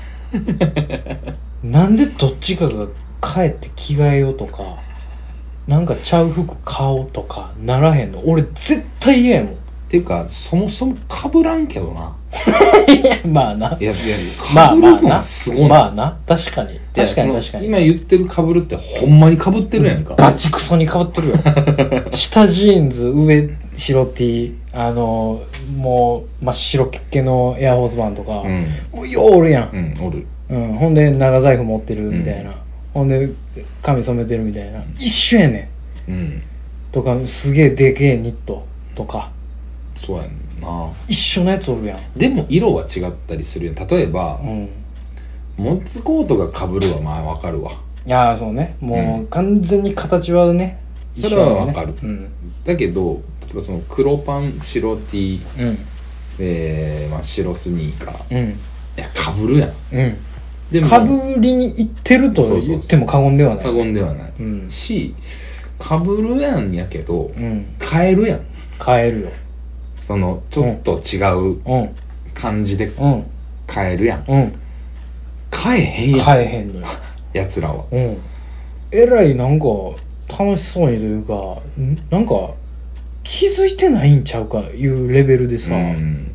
なんでどっちかが帰って着替えようとか、なんかちゃう服買おうとかならへんの、俺絶対嫌やもん。 ていうかそもそもかぶらんけどな。 いやまあな、 いやいやかぶるのはすごい、 まあな、確かに確かに確かに、 今言ってるかぶるってほんまにかぶってるやんか、 ガチクソにかぶってるよ下ジーンズ上白 T、 あのもう真っ白っけのエアホースバンとか、うん、もうようおるやん、 うん、おる、 うん、ほんで長財布持ってるみたいな、うん、ほんで髪染めてるみたいな、一緒やねん、うん、とかすげえでけえニットとか、 そうやんな、 一緒のやつおるやん。 でも色は違ったりするやん。例えば、うん、モッツコートが被るはまあわかるわ。 いやーそうね、もう完全に形はね、 うん、それはわかる、うん、だけど例えばその黒パン白 T、うん、で、まあ、白スニーカー、うん、いや被るやん、うん、 でも被りに行ってると言っても過言ではない、 過言ではない、うん、し被るやんやけど、うん、変えるやん、 変えるよ、 そのちょっと違う感じで変えるやん、うん、変えへんやん、 変えへんのよやつらは、 うん、えらいなんか楽しそうにというか、なんか気づいてないんちゃうかいうレベルでさ、うん、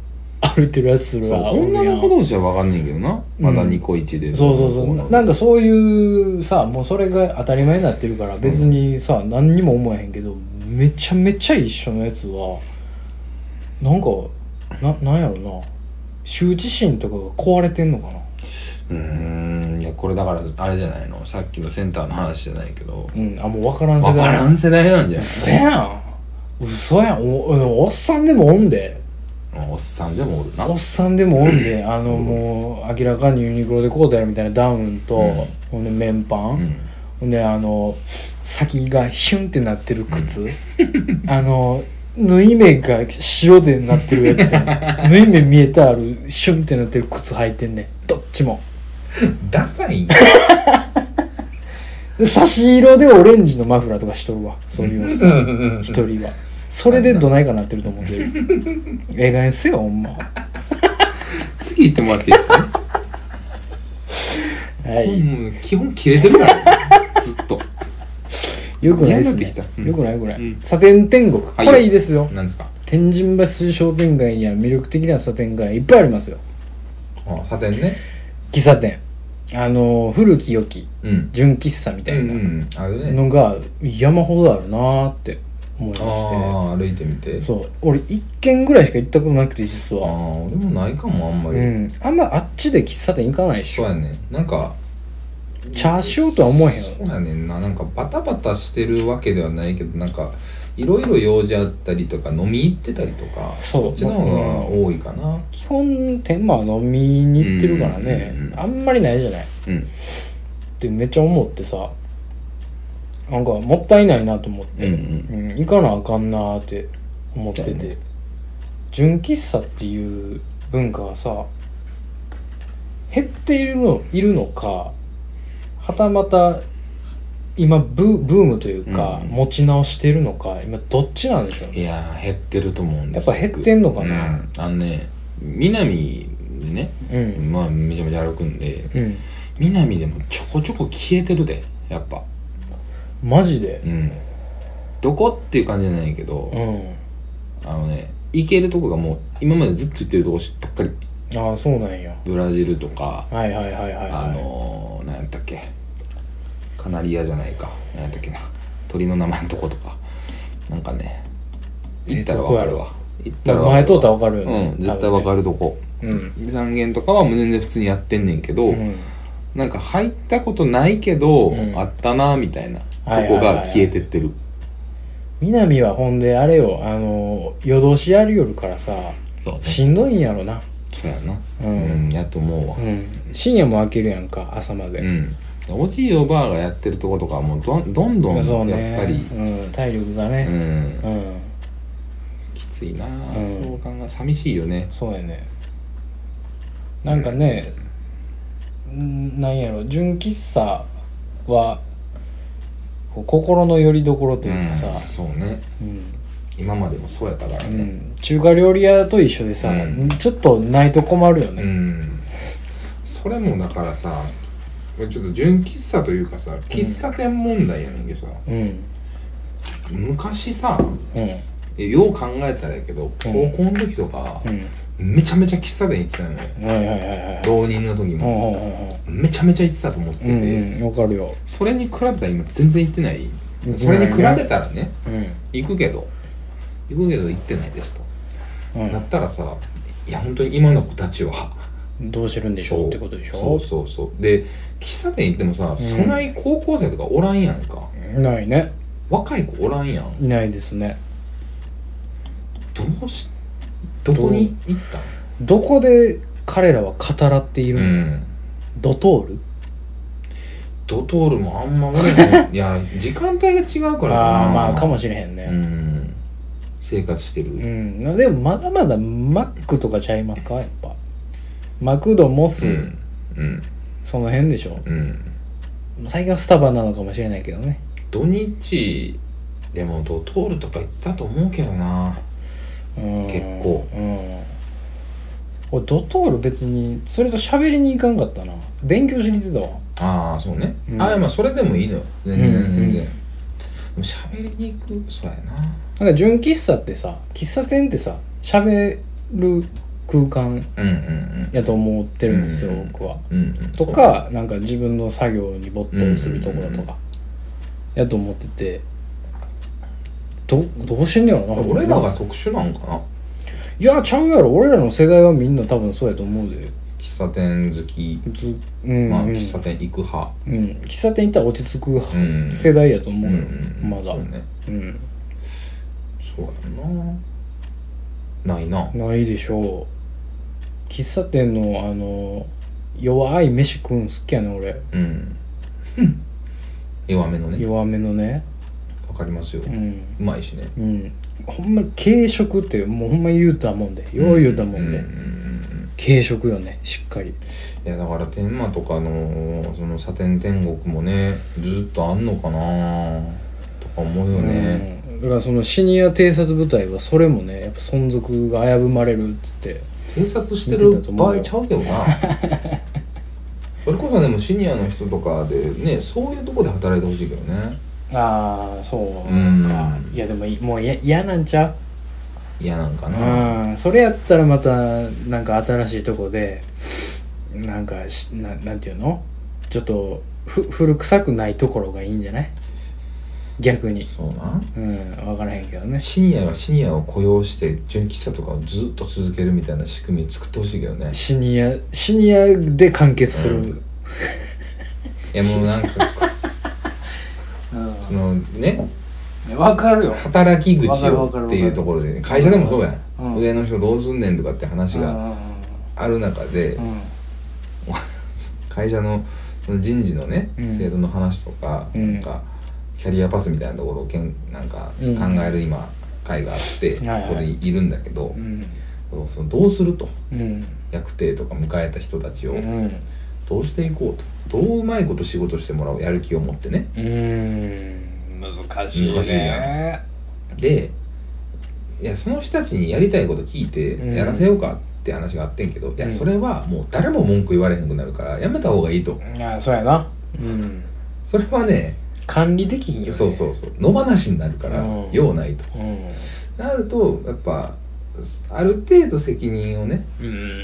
歩いてるやつら、 女の子同士は分かんねんけどな、まだニコイチで、 うん、そうそうそう、なんかそういうさ、もうそれが当たり前になってるから別にさ、うん、何にも思えへんけど、めちゃめちゃ一緒のやつはなんかな、なんやろな、羞恥心とかが壊れてんのかな。 うーん、いやこれだからあれじゃないの、さっきのセンターの話じゃないけど、 うん、あ、もう分からん世代、 分からん世代なんじゃない。 嘘やん、嘘やん、 お, おっさんでもおんで、 おっさんでもおるな、 おっさんでもおんで、あのもう明らかにユニクロでコートやるみたいなダウンと、うん、ほんで綿パン、うん、ほんであの先がヒュンってなってる靴、うん、あの縫い目が白でなってるやつ縫い目見えたあるシュンってなってる靴履いてんねん、どっちもダサいん差し色でオレンジのマフラーとかしとるわ、そういうさ一人はそれでどないかなってると思ってるええ加減せよほんま次行ってもらっていいですかねはい、もう基本切れてるからずっとよくないですね、うん、よくないよくない、うん、サテン天国、はい、これいいですよ。 何ですか。 天神橋商店街には魅力的なサテン街いっぱいありますよ。 ああ、サテンね、 喫茶店、あの古き良き、うん、純喫茶みたいなのが山ほどあるなーって思いまして。 ああ歩いてみて。 そう俺一軒ぐらいしか行ったことなくて実は。 ああ俺もないかもあんまり。 うんあんまあっちで喫茶店行かないでしょ。 そうやねなんか茶しようとは思えへん。 そうやねんななんかバタバタしてるわけではないけどなんかいろいろ用事あったりとか飲み行ってたりとかそうそっちの方が多いかな。 基本天満は飲みに行ってるからね、 うんうんうん、 あんまりないじゃない、 うん、 ってめっちゃ思ってさなんかもったいないなと思って、 うんうんうん、行かなあかんなーって思ってて、ね、純喫茶っていう文化がさ減っているのいるのかはたまた今 ブ, ブームというか、うん、持ち直してるのか今どっちなんでしょうね。 いや減ってると思うんですやっぱ減ってんのかな、うん、 あのね南でね、うん、まあめちゃめちゃ歩くんで、うん、南でもちょこちょこ消えてるでやっぱマジで、 うん、どこっていう感じじゃないけど、うん、あのね行けるとこがもう今までずっと行ってるとこばっかり。 ああそうなんや。 ブラジルとかはいはいはいはい、はい、 あのー、何やったっけカナリアじゃないか何やったっけな鳥の名前のとことかなんかね行ったら分かるわ。行ったら分かるわ。 前通ったら分かるよね。 うん絶対分かるとこ。うん。三軒とかはもう全然普通にやってんねんけど、うん、なんか入ったことないけど、うん、あったなみたいなとこが消えてってる。 南はほんであれよあの夜通しやる夜からさ、ね、しんどいんやろな。 そうやな。うん、うん、やと思うわ、うん。 深夜も開けるやんか朝まで。うん。 おじいおばあがやってるとことかはもう ど, どんどんやっぱり、 ねうん、体力がね、うんうん、 きついな、うん、そう考え寂しいよね。 そうやねなんかね、うん、なんやろ純喫茶は心の拠り所というかさ、 うん、そうね、うん、今までもそうやったからね、うん、 中華料理屋と一緒でさ、うん、ちょっとないと困るよね、うん、 それもだからさちょっと純喫茶というかさ喫茶店問題やねんけどさ、うん、昔さ、うん、よう考えたらやけど、うん、高校の時とか、うん、めちゃめちゃ喫茶店行ってたよね、はいはいはいはい、浪人の時も、うん、めちゃめちゃ行ってたと思ってて、 うんうん、わかるよ。 それに比べたら今全然行ってない、うん、それに比べたらね、うん、行くけど行くけど行ってないですと、うん、なったらさいや本当に今の子たちはどうしてるんでしょうってことでしょ。 そうそうそうで喫茶店行ってもさ、うん、そない高校生とかおらんやんか。 ないね。 若い子おらんやん。 いないですね。 どうしどこに行ったん？どこで彼らは語らっているの？うん、ドトール？ ドトールもあんま俺ねいや時間帯が違うからかな。 あまあかもしれへんね、うん、 生活してる、うん、 でもまだまだマックとかちゃいますかやっぱマクドモス、うんうん、その辺でしょ、うん、最近はスタバなのかもしれないけどね。 土日でもドトールとか行ってたと思うけどな。結構、うん、 俺ドトール別にそれと喋りに行かんかったな。勉強しに行ってたわ。 ああそうね、うん、ああまあそれでもいいのよ全然全然、でも喋りに行くそうやな。 なんか純喫茶ってさ喫茶店ってさ喋る空間やと思ってるんですよ、うんうん、僕は、うんうん、とかなんか自分の作業に没頭するところとかやと思ってて、ど, どうしてんねやろな。 俺らが特殊なんかな。 いやちゃうやろ。俺らの世代はみんな多分そうやと思うで。 喫茶店好き、うん、まあ喫茶店行く派、 うん、喫茶店行ったら落ち着く、うん、世代やと思うよ、うん、まだそうね、うん、 そうやな。ないな。 ないでしょう。喫茶店のあの弱い飯食うん好きやね俺。うん弱めのね。 弱めのね。 わかりますよ、うん、うまいしね、 うん、ほんま軽食ってもうほんま言うたもんでよう言うたもんで、うんうんうん、軽食よねしっかり。いやだから天満とかのそのサテン天国もねずっとあんのかなとか思うよね、 うん、だからそのシニア偵察部隊はそれもねやっぱ存続が危ぶまれるっつって偵察してる場合ちゃうけどなそれこそでもシニアの人とかでねそういうとこで働いてほしいけどね。 ああそうか、うん、いやでももう嫌なんちゃう。 嫌なんかな。 うんそれやったらまたなんか新しいとこでなんかななんていうのちょっとふ古臭くないところがいいんじゃない。 逆にそうなうん分からへんけどね。 シニアがシニアを雇用して純喫茶とかをずっと続けるみたいな仕組み作ってほしいけどね。 シニアシニアで完結する、うん、いやもうなんかそのね分かるよ働き口をっていうところで、ね、会社でもそうやん、うん、上の人どうすんねんとかって話がある中で、うん、会社の人事のね、うん、制度の話とか、うん、なんかキャリアパスみたいなところをけんなんか考える今会があって、うん、ここでいるんだけど、うん、そのどうすると、うん、役定とか迎えた人たちをどうしていこうと、どううまいこと仕事してもらうやる気を持ってね。 うーん難しいね。難しいね。 で、いやその人たちにやりたいこと聞いてやらせようかって話があってんけど、うん、いやそれはもう誰も文句言われへんくなるからやめた方がいいと。 いやそうやな。うん。 それはね管理できひんよね。 そうそうそう野放しになるから、うん、用ないと、うん、なるとやっぱある程度責任をね、うん、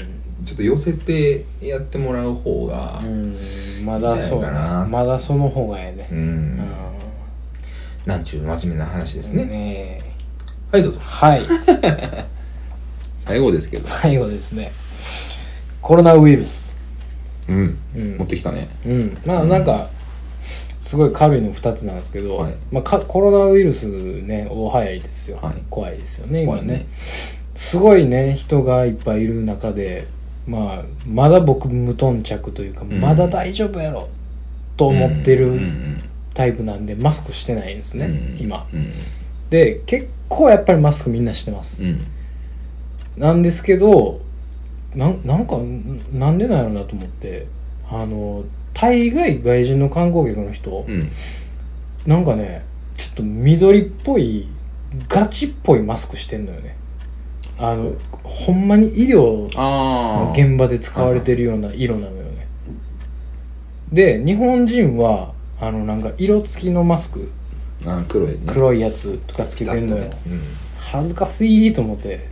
ちょっと寄せてやってもらう方がいいんじゃないかな、うん、まだそうやまだその方がええね。うん、うんなんちゅう真面目な話ですね。ねはいどうぞ。 はい。 最後ですけど。 最後ですね。コロナウイルス。 うん。うん、持ってきたね。 うん。まあなんかすごい軽いのふたつなんですけど、はい、まあかコロナウイルスね大流行りですよ。はい、怖いですよね今ね。ねすごいね人がいっぱいいる中で、まあまだ僕無頓着というか、うん、まだ大丈夫やろと思ってる。うんうんうんタイプなんでマスクしてないんですね、うん、今、うん、で結構やっぱりマスクみんなしてます、うん、なんですけど な, なんかなんでなんやろなと思ってあの大概外人の観光客の人、うん、なんかねちょっと緑っぽいガチっぽいマスクしてんのよね。あのほんまに医療の現場で使われてるような色なのよね。で日本人はあのなんか色付きのマスクあ黒いね黒いやつとかつけてんのよ、ねうん、恥ずかしいと思って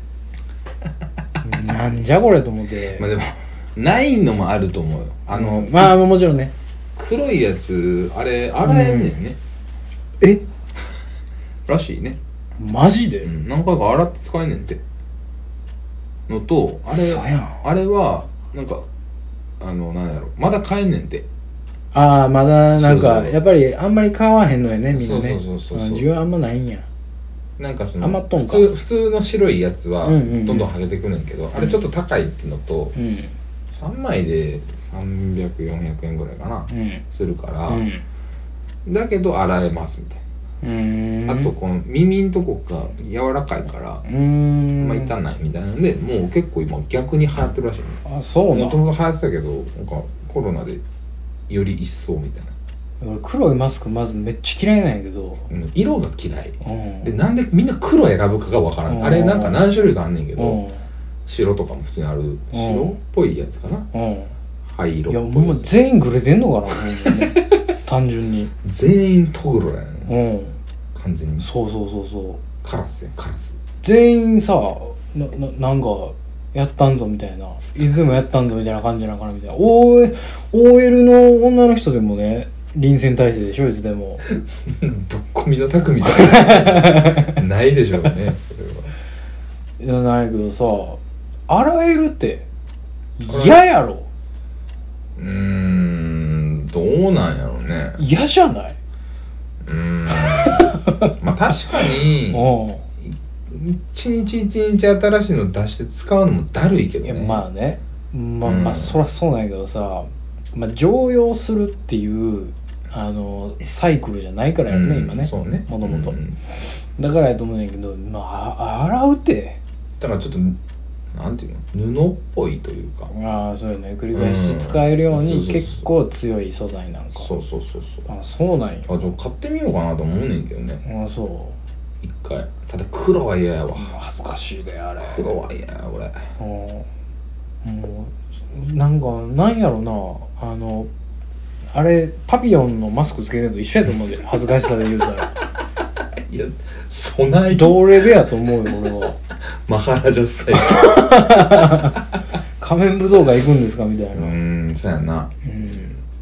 なんじゃこれと思ってまあでもないのもあると思うよあの、 うん、まあもちろんね黒いやつあれ洗えんねんね、 うん、えらしいねマジで、 うん、何回か洗って使えんねんってのとあれあれはなんかあのなんやろまだ買えんねんってああまだなんかやっぱりあんまり買わへんのやねみんなね。 そうそうそうそう需要あんまないんや。 なんかその余っとんか普通普通の白いやつはどんどん剥げてくるんけど、うんうんうん、あれちょっと高いっていうのと、うん、さんまいでさんびゃく、よんひゃくえんぐらいかな、うん、するから、うん、だけど洗えますみたいな。うーんあとこの耳んとこが柔らかいからうーんまあ痛ないみたいなんでもう結構今逆に流行ってるらしいね。 あそうなもともと流行ってたけどなんかコロナでより一層みたいな。 俺黒いマスクまずめっちゃ嫌いなんやけど、 うん、色が嫌い、うん、でなんでみんな黒選ぶかがわからん、うん、あれなんか何種類かあんねんけど、うん、白とかも普通にある白っぽいやつかな、うん、灰色っぽいやつ。いやもう全員グレてんのかな単純に全員トグロだよね、うん、完全にそうそうそうそうカラスやカラス全員さな, な, なんかやったんぞみたいないつでもやったんぞみたいな感じなのかなみたいな オーエル の女の人でもね臨戦態勢でしょいつでもぶっ込みの匠みたいなないでしょうねそれはいやないけどさ洗えるって嫌やろ。 うーんどうなんやろうね。 嫌じゃない。 うーんまあ確かに一日一日新しいの出して使うのもだるいけどね。 いやまあねまあ、うん、まあそりゃそうなんやけどさ、まあ、常用するっていうあのサイクルじゃないからやるね、うん、今ねそうねもともとだからやと思うんだけど、まあ、洗うってだからちょっとなんていうの布っぽいというかああそうよね繰り返し使えるように結構強い素材なんかそうそうそうそうあそうなんやあじゃあ買ってみようかなと思うねんけどねあそう一回ただ黒は嫌やわ恥ずかしいであれ黒は嫌や俺もうなんかなんやろなあのあれパピヨンのマスクつけてるのと一緒やと思うで恥ずかしさで言うたらいやそないどれでやと思うよ俺はマハラジャスタイル仮面舞踏会行くんですかみたいなうーんそうやなうんあ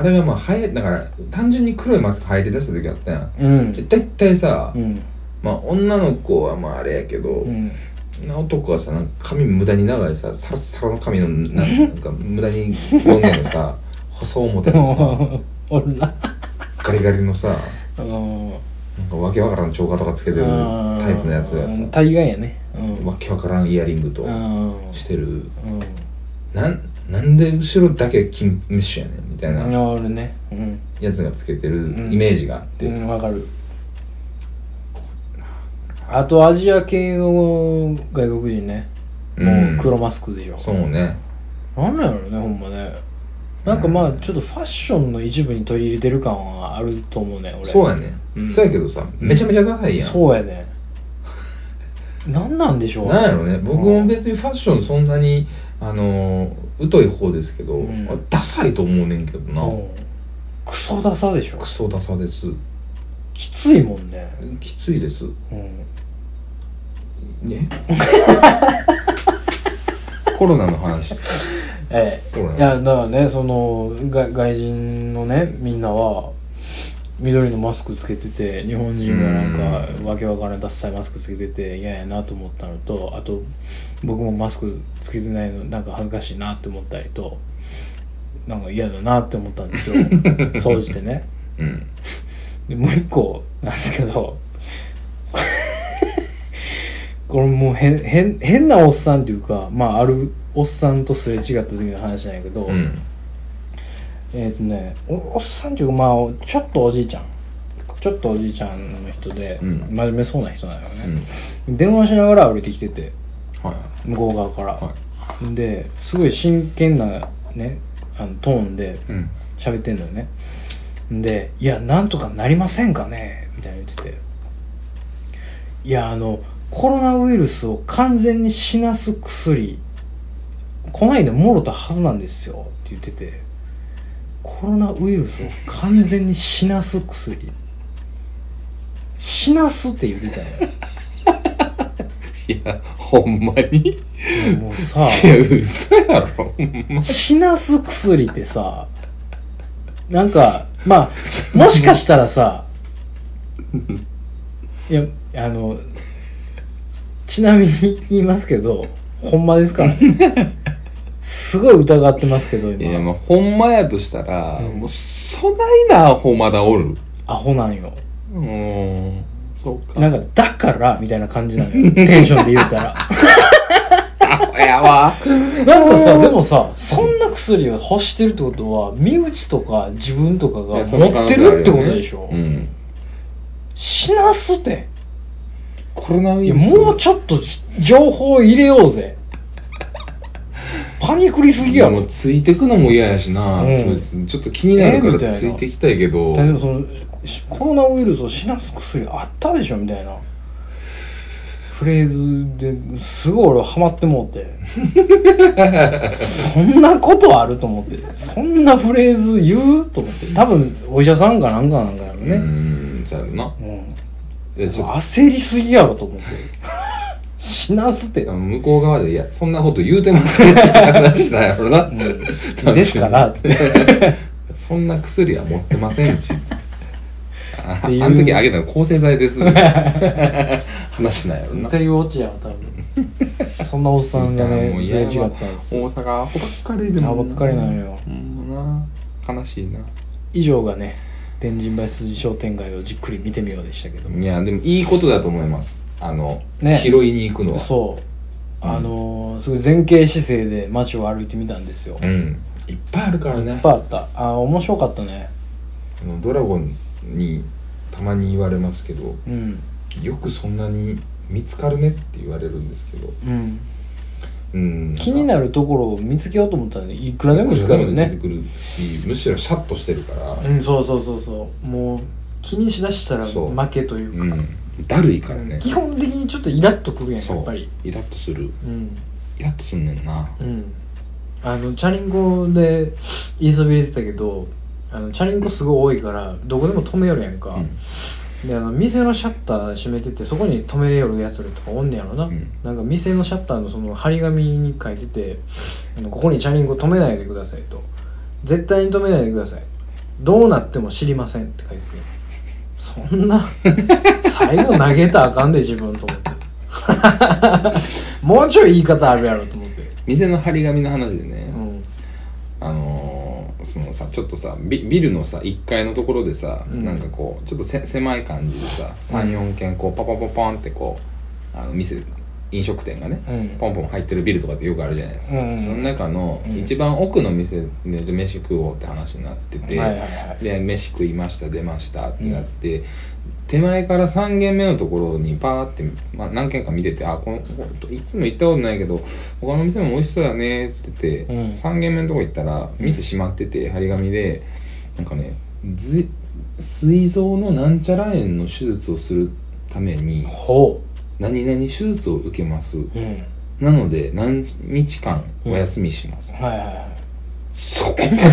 あれがまあ生えだから単純に黒いマスク生えて出した時あったやん、 うん、 だいたいさ、 うん、 まあ女の子はまああれやけど、うん、男はさなんか髪無駄に長いさサラッサラの髪のななんか無駄にロン毛のさ細表のさガリガリのさなんかわけわからんチョーカーとかつけてるタイプのやつがさ大概やね、 うん、わけわからんイヤリングとしてる、うん、なんなんで後ろだけ金メッシュやねんみたいなやつがつけてるイメージがあってわ、うんうん、かる。あとアジア系の外国人ね、うん、もう黒マスクでしょ。 そうね。 なんなんやろねほんまね。なんかまあちょっとファッションの一部に取り入れてる感はあると思うね俺。 そうやね、うん、そうやけどさめちゃめちゃダサいやん、 うん、そうやねなんなんでしょう。 なんやろね。僕も別にファッションそんなにあの疎い方ですけど、うん、ダサいと思うねんけどな、うん、 クソダサでしょ。 クソダサです。 きついもんね。 きついです、うん、ねコロナの話ええ、いやだからねその外人のねみんなは緑のマスクつけてて日本人がなんかわけわからんダッサいマスクつけてて嫌やなと思ったのと、あと僕もマスクつけてないのなんか恥ずかしいなって思ったりとなんか嫌だなって思ったんですよ総じてね、うん、でもう一個なんですけどこれもう変変変なおっさんっていうかまああるおっさんとすれ違った時の話なんやけど、うん、えっ、ー、とね お, おっさんっていうかまあちょっとおじいちゃんちょっとおじいちゃんの人で、うん、真面目そうな人なのよね、うん、電話しながら歩いてきてて、はい、向こう側から、はい、ですごい真剣なねあのトーンで喋ってんのよね、うん、でいやなんとかなりませんかねみたいに言ってて、いやあのコロナウイルスを完全に死なす薬こないだもろたはずなんですよって言ってて、コロナウイルスを完全に死なす薬死なすって言ってたよいやほんまにもうさいや嘘やろ死なす薬ってさなんかまあもしかしたらさいやあのちなみに言いますけどほんまですからすごい疑ってますけど今。 いやまあほんまやとしたら、うん、もうそないなアホまだおる。 アホなんよ。 うーんそうか。 なんかだからみたいな感じなのよテンションで言うたらアホやわ。 なんかさでもさそんな薬を欲してるってことは身内とか自分とかが持ってるってことでしょ、ねうん、死なすってコロナウイルスもうちょっと情報入れようぜパニクりすぎやろ。 もうついてくのも嫌やしな、うん、そちょっと気になるからついてきたいけど、 例えばそのコロナウイルスを死なす薬あったでしょみたいなフレーズですごい俺はハマってもうてそんなことあると思ってそんなフレーズ言うと思って多分お医者さんかなんかなんかやろね。 うんじゃあな、うん、 いやちょっと焦りすぎやろと思って死なすって向こう側でいやそんなこと言うてませんって話したんやろな、うん、 ですからってそんな薬は持ってませんしあ, あの時あげたの抗生剤です話なんやろなっていうオチやわ多分そんなおっさんがねすれ違ったんですよ。 大阪アホばっかりでもアホばっかりなのよ、 うん、な悲しいな。 以上がね天神橋筋商店街をじっくり見てみようでしたけど、 いやでもいいことだと思います。あの、ね、拾いに行くのはそう、うん、あのすごい前傾姿勢で街を歩いてみたんですよ、 うん、いっぱいあるからね。 いっぱいあった。あ面白かったね。 あのドラゴンにたまに言われますけど、うん、よくそんなに見つかるねって言われるんですけど、うんうん、気になるところを見つけようと思ったら、ね、いくらでも見つかるよね。 出てくるし、むしろシャッとしてるから、 うん、そうそうそうそう、もう気にしだしたら負けというか、うん、 だるいからね。 基本的にちょっとイラッとくるやん。やっぱりイラッとする、うん、イラッとすんねんな、うん、 あのチャリンコで言いそびれてたけど、あのチャリンコすごい多いからどこでも止めよるやんか、うん、であの店のシャッター閉めててそこに止めよるやつらとかおんねやろな、うん、なんか店のシャッターのその張り紙に書いてて、あのここにチャリンコ止めないでくださいと、絶対に止めないでください、 どうなっても知りませんって書いてて、そんな最後投げたらあかんで自分と思ってもうちょい言い方あるやろと思って。 店の張り紙の話でね、 うん、 あのー、そのさちょっとさ ビ, ビルのさいっかいのところでさ、うん、なんかこうちょっとせ狭い感じでさ さん,よん 軒こうパパパパンってこうあの店飲食店がね、うん、ポンポン入ってるビルとかってよくあるじゃないですか、うんうん、その中の一番奥の店で飯食おうって話になってて、うんはいはいはい、で飯食いました出ましたってなって、うん、手前からさん軒目のところにパーって、まあ、何軒か見てて、あこのいつも行ったことないけど他の店も美味しそうだねっつってて、うん、さん軒目のとこ行ったら店閉まってて張り紙でなんかねず膵臓のなんちゃら炎の手術をするためにほう何々手術を受けます、うん、なので何日間お休みします、 うん、はいはいはいそこまで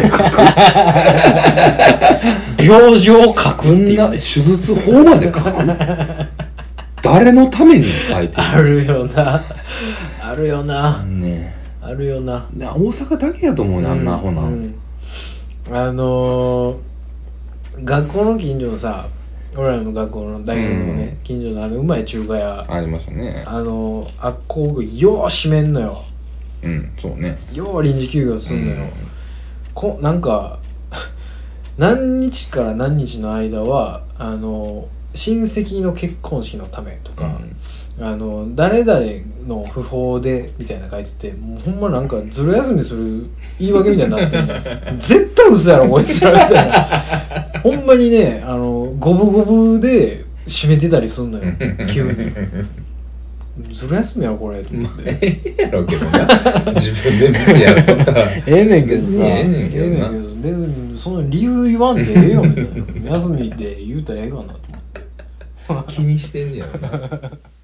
書く病状を書くっていう、 な手術法まで書く誰のために書いてるあるよなあるよなねあるよな大阪だけやと思うね、うん、あんなほな、うん、 あのー、学校の近所のさ俺らの学校の大学のね、うん、近所のあのうまい中華屋ありましたね。 あのあっこうよう閉めんのよ。 うんそうね。 よう臨時休業すんのよ、うん、こなんか何日から何日の間はあの親戚の結婚式のためとか、うん、あの誰々の訃報でみたいな書いてて、もうほんまなんかずる休みする言い訳みたいになってんね絶対嘘やろこいつらみたいなほんまにねあの五分五分で閉めてたりすんのよ急にずる休みやろこれと思って、まあ、 ええやろうけどな自分で店やっとったらええねんけどさええねんけどな、 ええねんけど別にその理由言わんでええよみたいな休みで言うたらええかなと思って気にしてんねやろな